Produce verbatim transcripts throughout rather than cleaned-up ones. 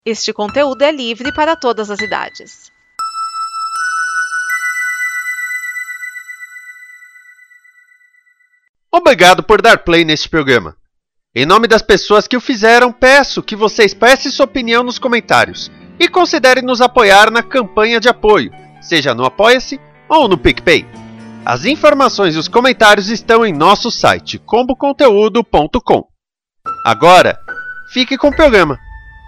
Este conteúdo é livre para todas as idades. Obrigado por dar play neste programa. Em nome das pessoas que o fizeram, peço que você expresse sua opinião nos comentários e considere nos apoiar na campanha de apoio, seja no Apoia-se ou no PicPay. As informações e os comentários estão em nosso site combo conteúdo ponto com. Agora, fique com o programa.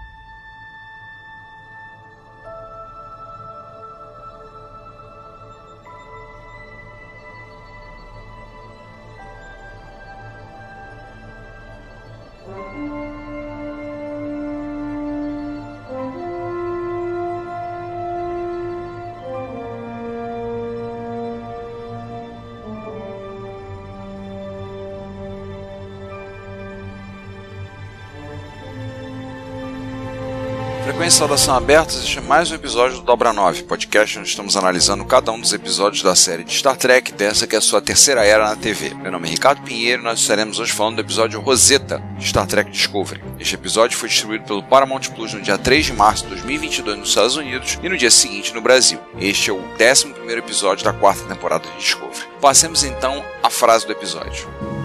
Frequência e saudação abertas, este é mais um episódio do Dobra nove, podcast onde estamos analisando cada um dos episódios da série de Star Trek, dessa que é a sua terceira era na T V. Meu nome é Ricardo Pinheiro e nós estaremos hoje falando do episódio Rosetta, de Star Trek Discovery. Este episódio foi distribuído pelo Paramount Plus no dia três de março de dois mil e vinte e dois nos Estados Unidos e no dia seguinte no Brasil. Este é o décimo primeiro episódio da quarta temporada de Discovery. Passemos então à frase do episódio.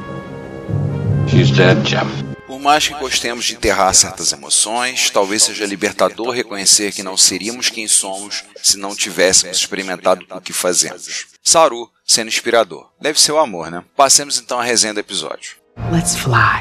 She's dead, Jeff. Por mais que gostemos de enterrar certas emoções, talvez seja libertador reconhecer que não seríamos quem somos se não tivéssemos experimentado o que fazemos. Saru, sendo inspirador. Deve ser o amor, né? Passemos então à resenha do episódio. Let's fly.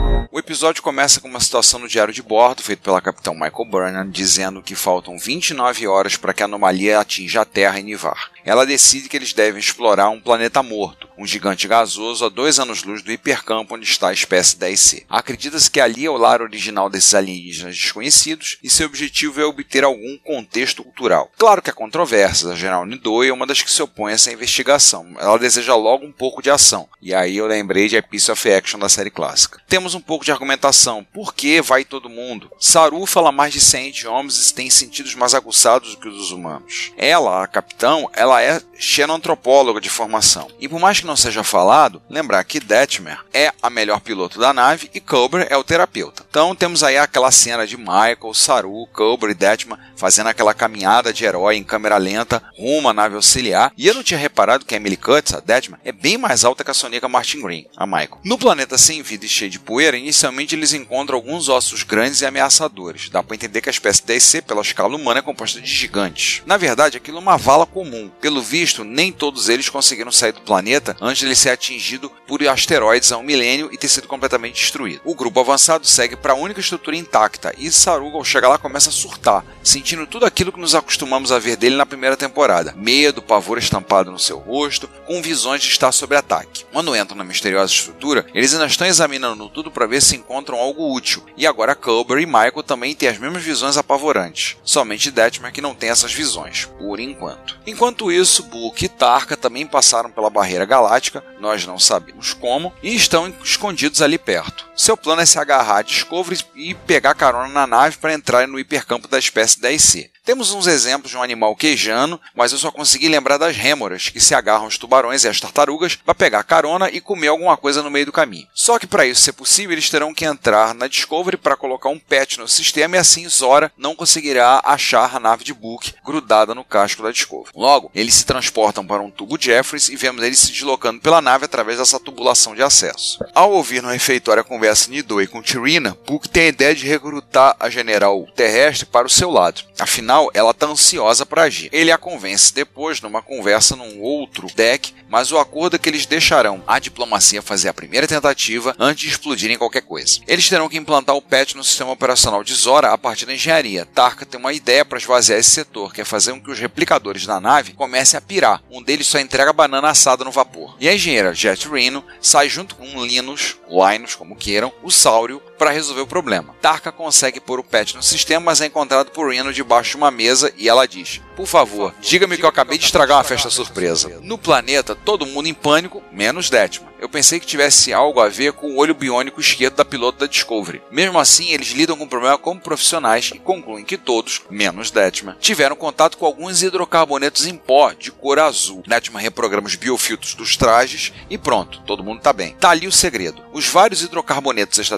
O episódio começa com uma situação no diário de bordo, feito pela capitã Michael Burnham, dizendo que faltam vinte e nove horas para que a anomalia atinja a Terra e Nivar. Ela decide que eles devem explorar um planeta morto, um gigante gasoso a dois anos-luz do hipercampo onde está a espécie dez C. Acredita-se que ali é o lar original desses alienígenas desconhecidos e seu objetivo é obter algum contexto cultural. Claro que há controvérsias, a General Nidoi é uma das que se opõe a essa investigação. Ela deseja logo um pouco de ação, e aí eu lembrei de A Piece of Action da série clássica. Temos um pouco de argumentação. Por que vai todo mundo? Saru fala mais de cem idiomas e tem sentidos mais aguçados do que os dos humanos. Ela, a capitão, ela é xenoantropóloga de formação. E por mais que não seja falado, lembrar que Detmer é a melhor piloto da nave e Culber é o terapeuta. Então temos aí aquela cena de Michael, Saru, Culber e Detmer fazendo aquela caminhada de herói em câmera lenta rumo à nave auxiliar. E eu não tinha reparado que a Emily Curtis, a Detmer, é bem mais alta que a Soneca Martin Green, a Michael. No planeta sem vida e cheio de poeira, inicialmente eles encontram alguns ossos grandes e ameaçadores. Dá para entender que a espécie dez C, pela escala humana, é composta de gigantes. Na verdade, aquilo é uma vala comum. Pelo visto, nem todos eles conseguiram sair do planeta antes de ele ser atingido por asteroides há um milênio e ter sido completamente destruído. O grupo avançado segue para a única estrutura intacta e Saru, ao chegar lá, começa a surtar, sentindo tudo aquilo que nos acostumamos a ver dele na primeira temporada. Medo, pavor estampado no seu rosto, com visões de estar sob ataque. Quando entram na misteriosa estrutura, eles ainda estão examinando tudo para ver se encontram algo útil, e agora Culber e Michael também têm as mesmas visões apavorantes. Somente Detmer que não tem essas visões, por enquanto. Enquanto isso, Book e Tarka também passaram pela barreira galáctica, nós não sabemos como, e estão escondidos ali perto. Seu plano é se agarrar a Discovery e pegar carona na nave para entrar no hipercampo da espécie dez C. Temos uns exemplos de um animal queijano, mas eu só consegui lembrar das rêmoras, que se agarram aos tubarões e às tartarugas para pegar carona e comer alguma coisa no meio do caminho. Só que para isso ser possível, eles terão que entrar na Discovery para colocar um patch no sistema e assim Zora não conseguirá achar a nave de Book grudada no casco da Discovery. Logo, eles se transportam para um tubo Jeffries e vemos eles se deslocando pela nave através dessa tubulação de acesso. Ao ouvir no refeitório a conversa Nidoi com T'Rina, Book tem a ideia de recrutar a general terrestre para o seu lado. Afinal, ela está ansiosa para agir. Ele a convence depois numa conversa num outro deck, mas o acordo é que eles deixarão a diplomacia fazer a primeira tentativa antes de explodirem qualquer coisa. Eles terão que implantar o patch no sistema operacional de Zora a partir da engenharia. Tarka tem uma ideia para esvaziar esse setor, que é fazer com que os replicadores da nave comecem a pirar. Um deles só entrega banana assada no vapor. E a engenheira Jet Reno sai junto com Linus, Linus, como queiram, o Sáurio, para resolver o problema. Tarka consegue pôr o patch no sistema, mas é encontrado por Reno debaixo de uma mesa e ela diz: por favor, diga-me que eu acabei de estragar uma festa surpresa. No planeta, todo mundo em pânico, menos Detmer. Eu pensei que tivesse algo a ver com o olho biônico esquerdo da piloto da Discovery. Mesmo assim, eles lidam com o problema como profissionais e concluem que todos, menos Detmer, tiveram contato com alguns hidrocarbonetos em pó de cor azul. Detmer reprograma os biofiltros dos trajes e pronto, todo mundo tá bem. Tá ali o segredo. Os vários hidrocarbonetos extraterrestres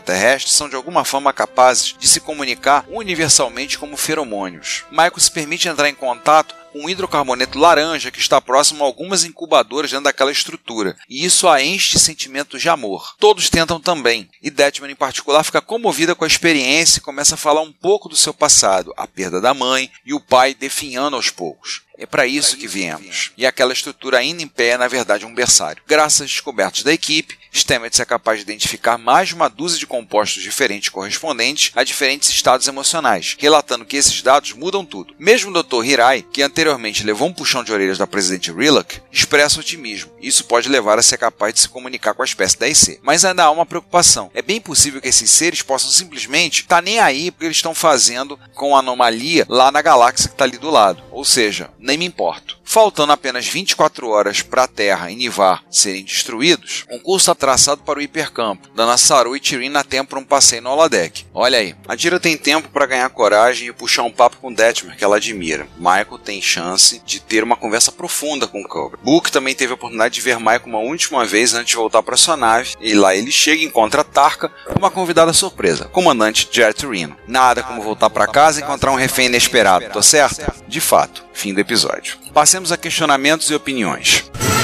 que são de alguma forma capazes de se comunicar universalmente como feromônios. Michael se permite entrar em contato com um hidrocarboneto laranja que está próximo a algumas incubadoras dentro daquela estrutura, e isso a enche de sentimentos de amor. Todos tentam também, e Detmer em particular fica comovida com a experiência e começa a falar um pouco do seu passado, a perda da mãe e o pai definhando aos poucos. É para isso que viemos. E aquela estrutura ainda em pé é, na verdade, um berçário. Graças às descobertas da equipe, Stamets é capaz de identificar mais de uma dúzia de compostos diferentes correspondentes a diferentes estados emocionais, relatando que esses dados mudam tudo. Mesmo o doutor Hirai, que anteriormente levou um puxão de orelhas da presidente Rillock, expressa otimismo. Isso pode levar a ser capaz de se comunicar com a espécie da I C. Mas ainda há uma preocupação. É bem possível que esses seres possam simplesmente estar nem aí porque eles estão fazendo com a anomalia lá na galáxia que está ali do lado. Ou seja, nem me importo. Faltando apenas vinte e quatro horas para a Terra e Nivar serem destruídos, um curso está traçado para o hipercampo, dando a Saru e T'Rina tempo para um passeio no holodeck. Olha aí, a Dira tem tempo para ganhar coragem e puxar um papo com Detmer, que ela admira. Michael tem chance de ter uma conversa profunda com Cobra. Book também teve a oportunidade de ver Michael uma última vez antes de voltar para sua nave, e lá ele chega e encontra Tarka, uma convidada surpresa, comandante Jet Reno. Nada como voltar para casa e encontrar um refém inesperado, tô certo? De fato. Fim do episódio. Passemos a questionamentos e opiniões.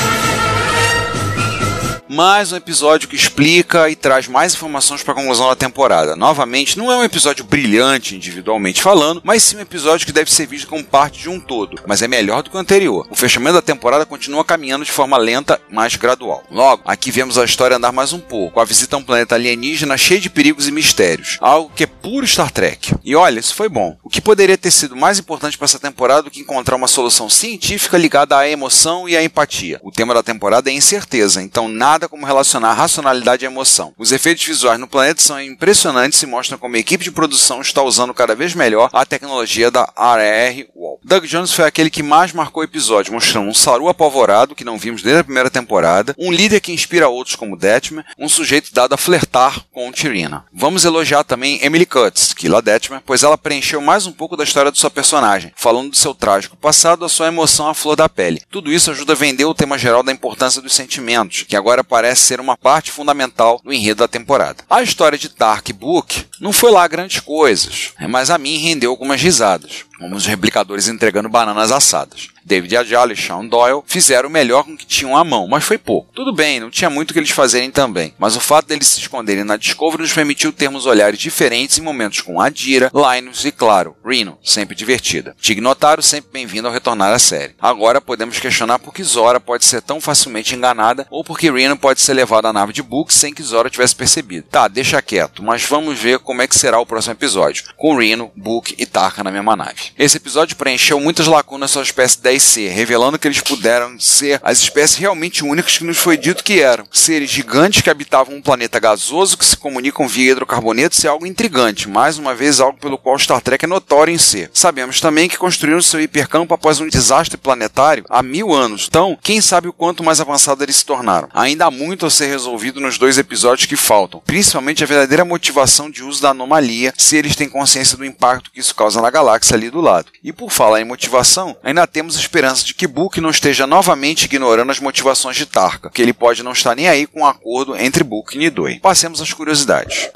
Mais um episódio que explica e traz mais informações para a conclusão da temporada. Novamente, não é um episódio brilhante individualmente falando, mas sim um episódio que deve ser visto como parte de um todo, mas é melhor do que o anterior. O fechamento da temporada continua caminhando de forma lenta, mas gradual. Logo, aqui vemos a história andar mais um pouco, com a visita a um planeta alienígena cheio de perigos e mistérios, algo que é puro Star Trek. E olha, isso foi bom. O que poderia ter sido mais importante para essa temporada do que encontrar uma solução científica ligada à emoção e à empatia? O tema da temporada é incerteza, então nada Nada como relacionar racionalidade e emoção. Os efeitos visuais no planeta são impressionantes e mostram como a equipe de produção está usando cada vez melhor a tecnologia da R R Wall. Doug Jones foi aquele que mais marcou o episódio, mostrando um Saru apavorado, que não vimos desde a primeira temporada, um líder que inspira outros como Detmer, um sujeito dado a flertar com T'Rina. Vamos elogiar também Emily Cutts, Kila Detmer, pois ela preencheu mais um pouco da história de sua personagem, falando do seu trágico passado, a sua emoção à flor da pele. Tudo isso ajuda a vender o tema geral da importância dos sentimentos, que agora parece ser uma parte fundamental do enredo da temporada. A história de Tark e Book não foi lá grandes coisas, mas a mim rendeu algumas risadas, como os replicadores entregando bananas assadas. David Ajala e Sean Doyle fizeram o melhor com o que tinham à mão, mas foi pouco. Tudo bem, não tinha muito o que eles fazerem também, mas o fato deles se esconderem na Discovery nos permitiu termos olhares diferentes em momentos com Adira, Linus e, claro, Reno, sempre divertida. Tig Notaro sempre bem-vindo ao retornar à série. Agora podemos questionar por que Zora pode ser tão facilmente enganada ou por que Reno pode ser levado à nave de Book sem que Zora tivesse percebido. Tá, deixa quieto, mas vamos ver como é que será o próximo episódio, com Reno, Book e Tarka na mesma nave. Esse episódio preencheu muitas lacunas sobre a espécie da I C, revelando que eles puderam ser as espécies realmente únicas que nos foi dito que eram. Seres gigantes que habitavam um planeta gasoso que se comunicam via hidrocarbonetos é algo intrigante, mais uma vez algo pelo qual Star Trek é notório em ser. Sabemos também que construíram seu hipercampo após um desastre planetário há mil anos, então quem sabe o quanto mais avançado eles se tornaram. Ainda há muito a ser resolvido nos dois episódios que faltam, principalmente a verdadeira motivação de uso da anomalia, se eles têm consciência do impacto que isso causa na galáxia ali do lado. E por falar em motivação, ainda temos a esperança de que Book não esteja novamente ignorando as motivações de Tarka, que ele pode não estar nem aí com um acordo entre Book e Nidoi. Passemos às curiosidades.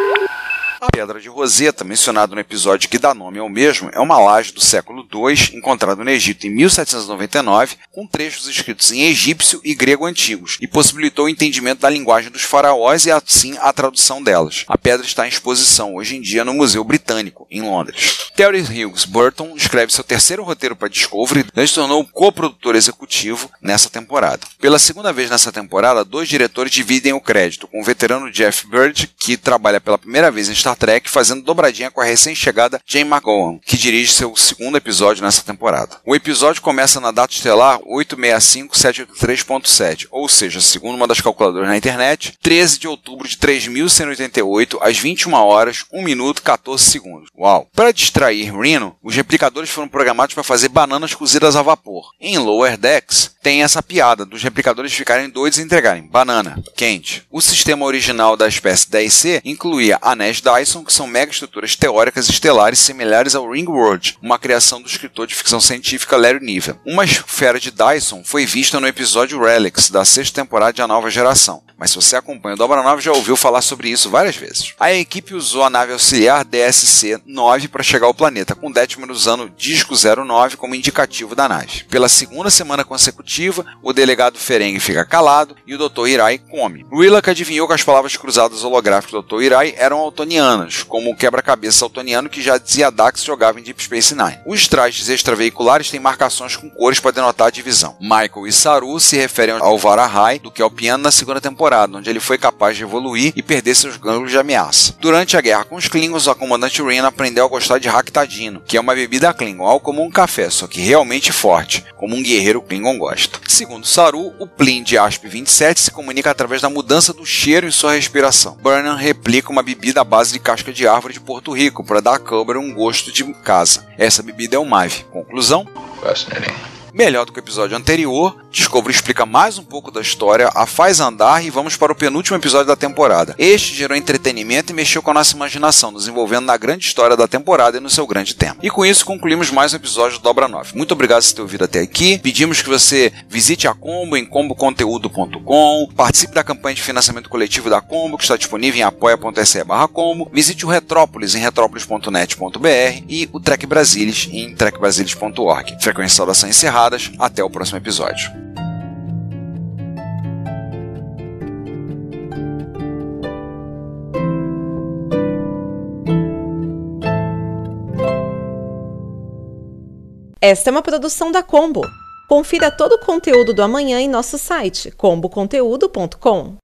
A pedra de Roseta, mencionada no episódio que dá nome ao mesmo, é uma laje do século dois, encontrada no Egito em mil setecentos e noventa e nove, com trechos escritos em egípcio e grego antigos, e possibilitou o entendimento da linguagem dos faraós e assim a tradução delas. A pedra está em exposição hoje em dia no Museu Britânico, em Londres. Terry Hughes Burton escreve seu terceiro roteiro para Discovery e se tornou co-produtor executivo nessa temporada. Pela segunda vez nessa temporada, dois diretores dividem o crédito, com o veterano Jeff Bird, que trabalha pela primeira vez em Star Trek, fazendo dobradinha com a recém-chegada Jane McGowan, que dirige seu segundo episódio nessa temporada. O episódio começa na data estelar oito seis cinco sete oito três ponto sete, ou seja, segundo uma das calculadoras na internet, treze de outubro de três mil cento e oitenta e oito, às vinte e uma horas, um minuto e quatorze segundos. Uau! Para distrair Reno, os replicadores foram programados para fazer bananas cozidas a vapor. Em Lower Decks, tem essa piada dos replicadores ficarem doidos e entregarem banana quente. O sistema original da espécie da I C incluía anéis Dyson Dyson, que são megaestruturas teóricas estelares similares ao Ringworld, uma criação do escritor de ficção científica Larry Niven. Uma esfera de Dyson foi vista no episódio Relics, da sexta temporada de A Nova Geração, mas se você acompanha o Dobra nove já ouviu falar sobre isso várias vezes. A equipe usou a nave auxiliar D S C nove para chegar ao planeta, com Detmer usando o disco zero nove como indicativo da nave. Pela segunda semana consecutiva, o delegado Ferengi fica calado e o doutor Hirai come. Rillak adivinhou que as palavras cruzadas holográficas do doutor Hirai eram autonianas, como o quebra-cabeça autoniano que já dizia Dax jogava em Deep Space Nine. Os trajes extraveiculares têm marcações com cores para denotar a divisão. Michael e Saru se referem ao Varahai do Kelpiano na segunda temporada, onde ele foi capaz de evoluir e perder seus gânglios de ameaça. Durante a guerra com os Klingons, a comandante Rina aprendeu a gostar de Haktadino, que é uma bebida Klingon, algo como um café, só que realmente forte, como um guerreiro Klingon gosta. Segundo Saru, o Plin de A S P vinte e sete se comunica através da mudança do cheiro em sua respiração. Burnham replica uma bebida à base de casca de árvore de Porto Rico para dar a Culber um gosto de casa. Essa bebida é o Maeve. Conclusão? Fascinating. Melhor do que o episódio anterior, Discovery explica mais um pouco da história, a faz andar e vamos para o penúltimo episódio da temporada. Este gerou entretenimento e mexeu com a nossa imaginação, nos envolvendo na grande história da temporada e no seu grande tema. E com isso concluímos mais um episódio do Dobra nove. Muito obrigado por ter ouvido até aqui. Pedimos que você visite a Combo em combo conteúdo ponto com, participe da campanha de financiamento coletivo da Combo, que está disponível em apoia.se barra Combo, visite o Retrópolis em retrópolis ponto net ponto b r e o Trek Brasilis em trek brasilis ponto org. Frequência de saudação encerrada. Até o próximo episódio. Esta é uma produção da Combo. Confira todo o conteúdo do amanhã em nosso site combo conteúdo ponto com.